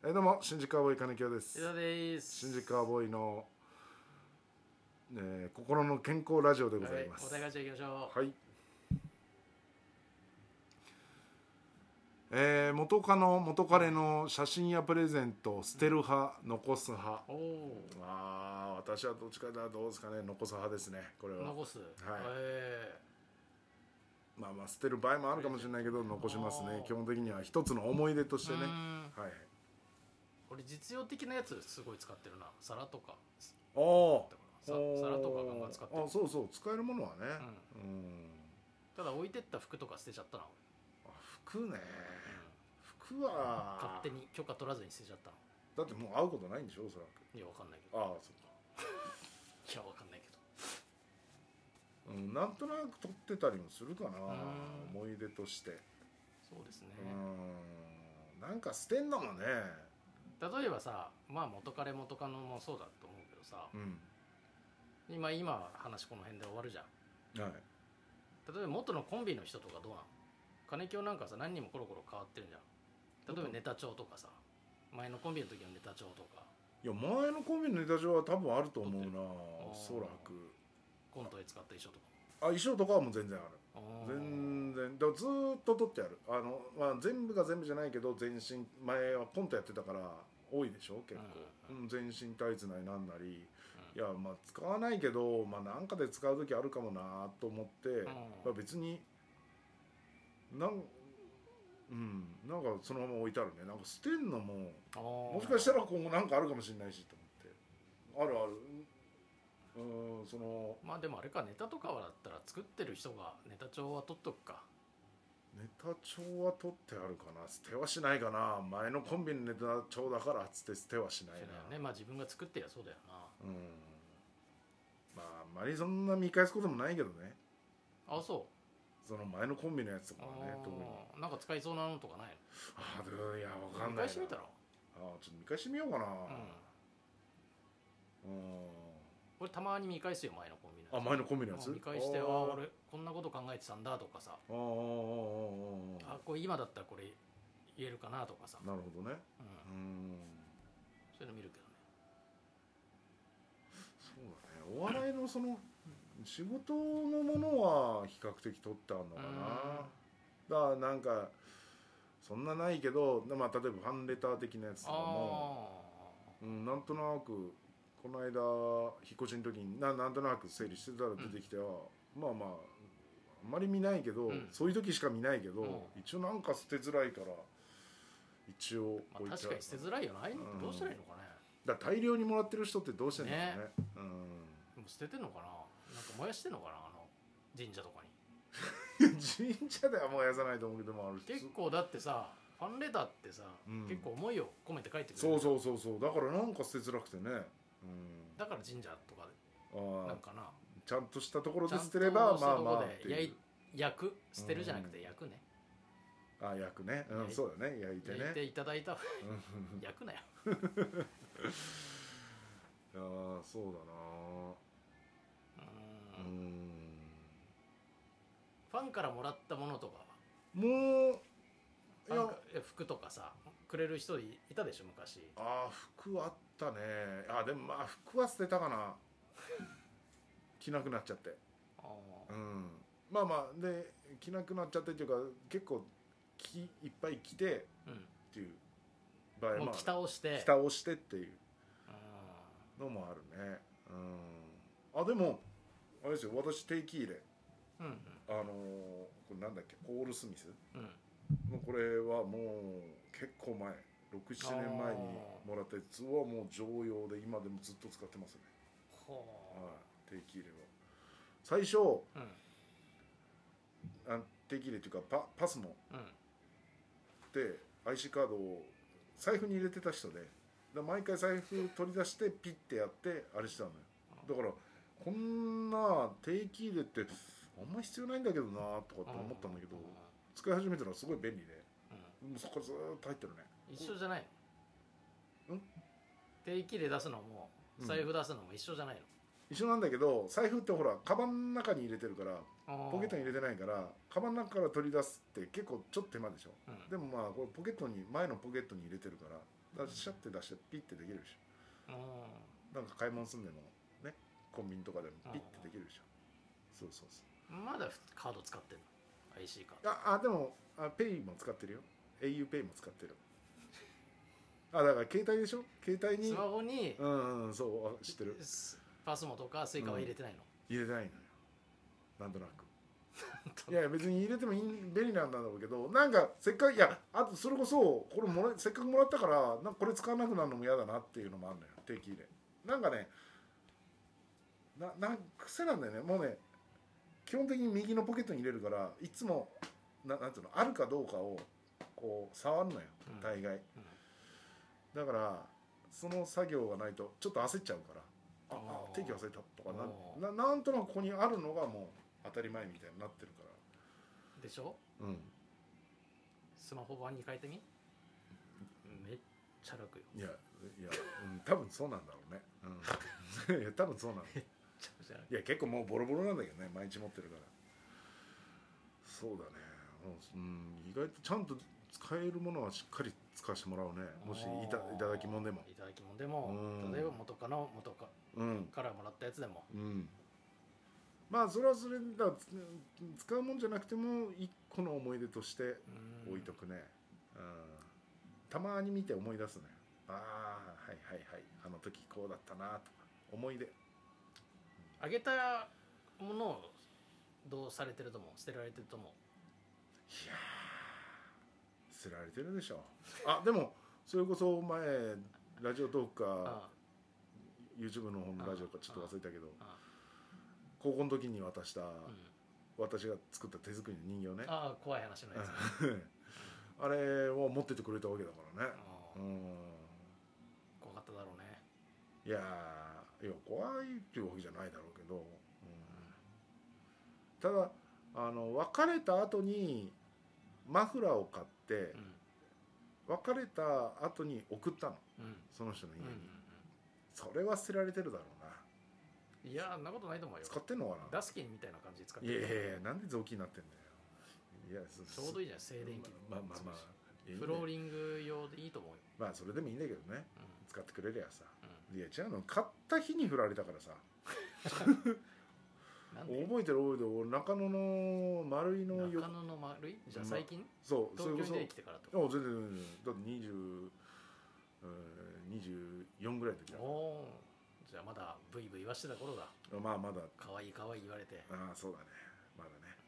どうも新宿カーボーイ金城です。 江田です。 新宿カーボーイの、心の健康ラジオでございます。 はい、お互いじゃあ行きましょう。 はい。元カノ元彼の写真やプレゼント捨てる派、残す派。 おお。 私はどっちかというとどうですかね、残す派ですね。これは残す。 はい。 えまあ捨てる場合もあるかもしれないけど残しますね。基本的には一つの思い出としてね。はい。 俺実用的なやつすごい使ってるな。皿とか。 皿とかガンガン使ってる。 そうそう、使えるものはね。 ただ置いてった服とか捨てちゃったな。 服ね、服は勝手に許可取らずに捨てちゃったの。 だってもう会うことないんでしょ、おそらく。 いや、わかんないけど。 ああ、そうか。 いや、わかんないけど。 なんとなく撮ってたりもするかな、思い出として。 そうですね。 なんか捨てんのもね。 例えばさ、まあ元彼元カノもそうだと思うけどさ、今話この辺で終わるじゃん。 はい。 例えば元のコンビの人とかどうなの？金京なんかさ、何人もコロコロ変わってるじゃん。例えばネタ帳とかさ、前のコンビの時のネタ帳とか。 いや、前のコンビのネタ帳は多分あると思うな、おそらく。 コントで使った衣装とか。 衣装とかはもう全然ある。全然だからずーっと撮ってある。全部が全部じゃないけど、全身前はコントやってたから多いでしょ、結構。全身タイツなりなんなり、いやまあ使わないけど、まあなんかで使う時あるかもなと思って、まあ、別になんかそのまま置いてあるね。なんか捨てんのももしかしたら今後なんかあるかもしれないしと思って。あるある。 まあでもあれか、ネタとかはだったら作ってる人がネタ帳は取っとくか。 ネタ帳は取ってあるかな。捨てはしないかな。前のコンビのネタ帳だからっつって捨てはしないな。 そうだよね。まあ自分が作ってりゃそうだよな。 まああんまりそんな見返すこともないけどね。 あ、そう。 その前のコンビのやつとかはね、特に。 なんか使いそうなのとかないの？ いや、わかんないな。 見返してみたら？ ちょっと見返してみようかな。 俺たまに見返すよ、前のコンビのやつ。 前のコンビのやつ見返して、俺こんなこと考えてたんだとかさ、これ今だったらこれ言えるかなとかさ。 なるほどね。 そういうの見るけどね。 そうだね、お笑いのその仕事のものは比較的取ってあるのかな。だからなんかそんなないけど、まあ、例えばファンレター的なやつとかも、なんとなくこの間引っ越しの時になんとなく整理してたら出てきて、まあまああんまり見ないけど、そういう時しか見ないけど、一応なんか捨てづらいから一応置いてある。確かに捨てづらいよな。ああいうのってどうしたらいいのかね。 だから大量にもらってる人ってどうしてんのかね。 でも捨ててんのかな。なんか燃やしてんのかな、神社とかに。 神社では燃やさないと思うけどもあるし、 結構だってさ、ファンレターってさ、結構思いを込めて書いてくれる。 そうだからなんか捨てづらくてね。 だから神社とかでなんかな、 ちゃんとしたところで捨てればまあまあ焼く、捨てるじゃなくて焼くね。 焼くね。そうだね、焼いてね。 焼いていただいた焼くなよ。 いやそうだな。 ファンからもらったものとかはもう服とかさくれる人いたでしょ、昔。 服あったね。でもまあ服は捨てたかな。着なくなっちゃって。まあまあで着なくなっちゃってっていうか、結構いっぱい着てっていう場合も蓋をしてっていうのもあるね。でもあれですよ、私定期入れ、これなんだっけ、コールスミス、もうこれはもう結構前、6、7年前にもらったやつはもう常用で今でもずっと使ってますね。定期入れは最初、定期入れっていうかパスモで IC カードを財布に入れてた人で、毎回財布取り出してピッてやってあれしたのよ。だからこんな定期入れってあんま必要ないんだけどなとかって思ったんだけど、使い始めたらすごい便利で、もうそこからずっと入ってるね。 一緒じゃないの？定期入れ出すのも財布出すのも一緒じゃないの？ 一緒なんだけど、財布ってほらカバンの中に入れてるから、ポケットに入れてないから、カバンの中から取り出すって結構ちょっと手間でしょ、でもまあこれポケットに、前のポケットに入れてるから、シャッて出してピッてできるでしょ。なんか買い物すんでもね、コンビニとかでもピッてできるでしょ。そうそうそう。 まだカード使ってるの？ IC カード。 でもペイも使ってるよ。au ペイも使ってる。だから携帯でしょ、携帯にスマホに、 そう知ってる。 パスモとかスイカは入れてないの？ 入れてないのよ、なんとなく。いや別に入れても便利なんだろうけど、なんかせっかく、いやあとそれこそこれせっかくもらったからなんかこれ使わなくなるのも嫌だなっていうのもあるのよ、定期入れ。なんかね、癖なんだよね。もうね、基本的に右のポケットに入れるから、いつもなんていうの、あるかどうかをこう触るのよ、大概。だからその作業がないとちょっと焦っちゃうから、定期忘れたとか、なんとなくここにあるのがもう当たり前みたいになってるからでしょ。スマホ版に変えてみ。めっちゃ楽よ。 いや、多分そうなんだろうね。いや多分そうなんだ。いや結構もうボロボロなんだけどね、毎日持ってるから。そうだね、意外とちゃんと使えるものはしっかり使わせてもらうね。もしいただきもんでも、 例えば元からもらったやつでも、 まあそれはそれだ、使うもんじゃなくても一個の思い出として置いとくね。たまに見て思い出すね。はいあの時こうだったなとか、思い出。 あげたものをどうされてると思う？捨てられてると思う？ いや捨てられてるでしょ。でもそれこそ前ラジオトークか YouTube の方のラジオかちょっと忘れたけど、高校の時に渡した、私が作った手作りの人形ね。 怖い話のやつあれを持っててくれたわけだからね。 怖かっただろうね。 いや怖いっていうわけじゃないだろうけど、ただ別れた後にマフラーを買って、別れた後に送ったの、その人の家に。それは捨てられてるだろうな。 いや、そんなことないと思うよ。 使ってんのかな。 ダスキンみたいな感じで使ってる。 いやなんで雑巾になってんだよ。いやちょうどいいじゃん、静電気。 まあフローリング用でいいと思うよ。 まあそれでもいいんだけどね、使ってくれりゃさ。いや違うの、買った日に振られたからさ。覚えてる俺、中野の丸井の中野の丸井じゃあ最近、 そう東京に来てからとか。 全然だって24ぐらいの時だ。 じゃあまだブイブイ言わしてた頃だ。 まだ可愛い可愛い言われて。 そうだね、まだ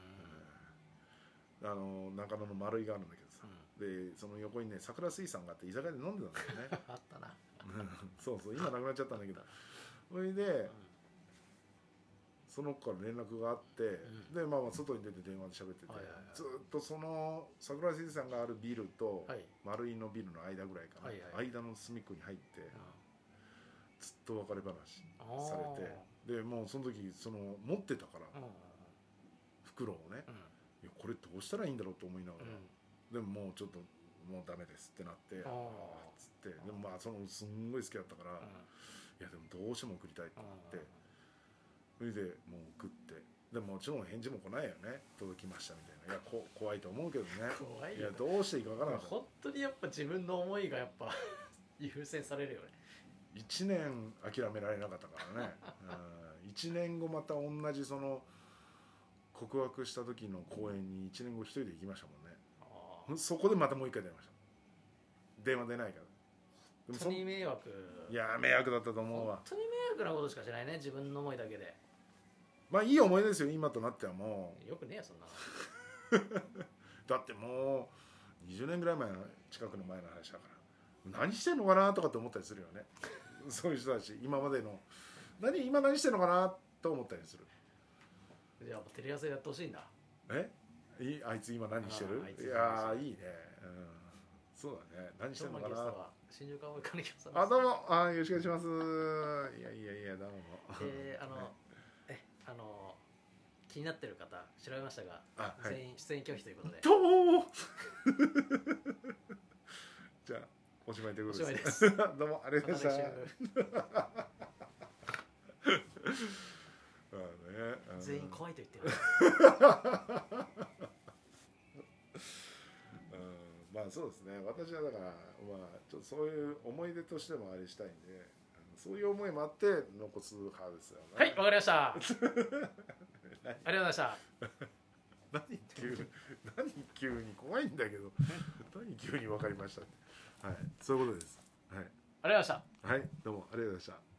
ね。中野の丸井があるんだけどさ、でその横にね桜水産があって居酒屋で飲んでたんだよね。 あったな。 そう今なくなっちゃったんだけど、それでその子から連絡があって、で外に出て電話で喋ってて、ずっとその桜水産があるビルと丸井のビルの間ぐらいかな、間の隅っこに入ってずっと別れ話されて、でもうその時持ってたから袋をね、いやこれどうしたらいいんだろうと思いながら、でももうちょっともうダメですってなって、つって、でもすんごい好きだったから、いやでもどうしても送りたいって言って、それでもう送って、でももちろん返事も来ないよね、届きましたみたいな。いや怖いと思うけどね。 怖いよね。 いやどうしていいかわからない。 本当にやっぱ自分の思いがやっぱ優先されるよね。 1年諦められなかったからね。1年後また同じ告白した時の公演に1年後一人で行きましたもんね。そこでまたもう一回電話した。電話出ないから。 本当に迷惑。 いや迷惑だったと思うわ。 本当に迷惑なことしかしないね、自分の思いだけで。 まあいい思い出ですよ、今となっては。もうよくねえよそんなだってもう20年ぐらい前の近くの前の話だから、何してんのかなとかって思ったりするよね。そういう人たち今までの今何してんのかなと思ったりする。 じゃあテレ朝やってほしいんだ。 あいつ今何してる。いやいいね、そうだね。何してんのかな。 新宿青い金城さん。 どうもよろしくお願いします。いやどうも。 気になってる方調べましたが、出演拒否ということで。 じゃあおしまいということです。 どうもありがとうございました。 全員怖いと言ってるまあそうですね。私はだからまあちょっとそういう思い出としてもあれしたいんで、そういう思いもあって残す派ですよね。 はい、わかりましたありがとうございました。 何急に怖いんだけど何急に分かりましたって。はい、そういうことです。はい、 ありがとうございました。 はい、どうもありがとうございました。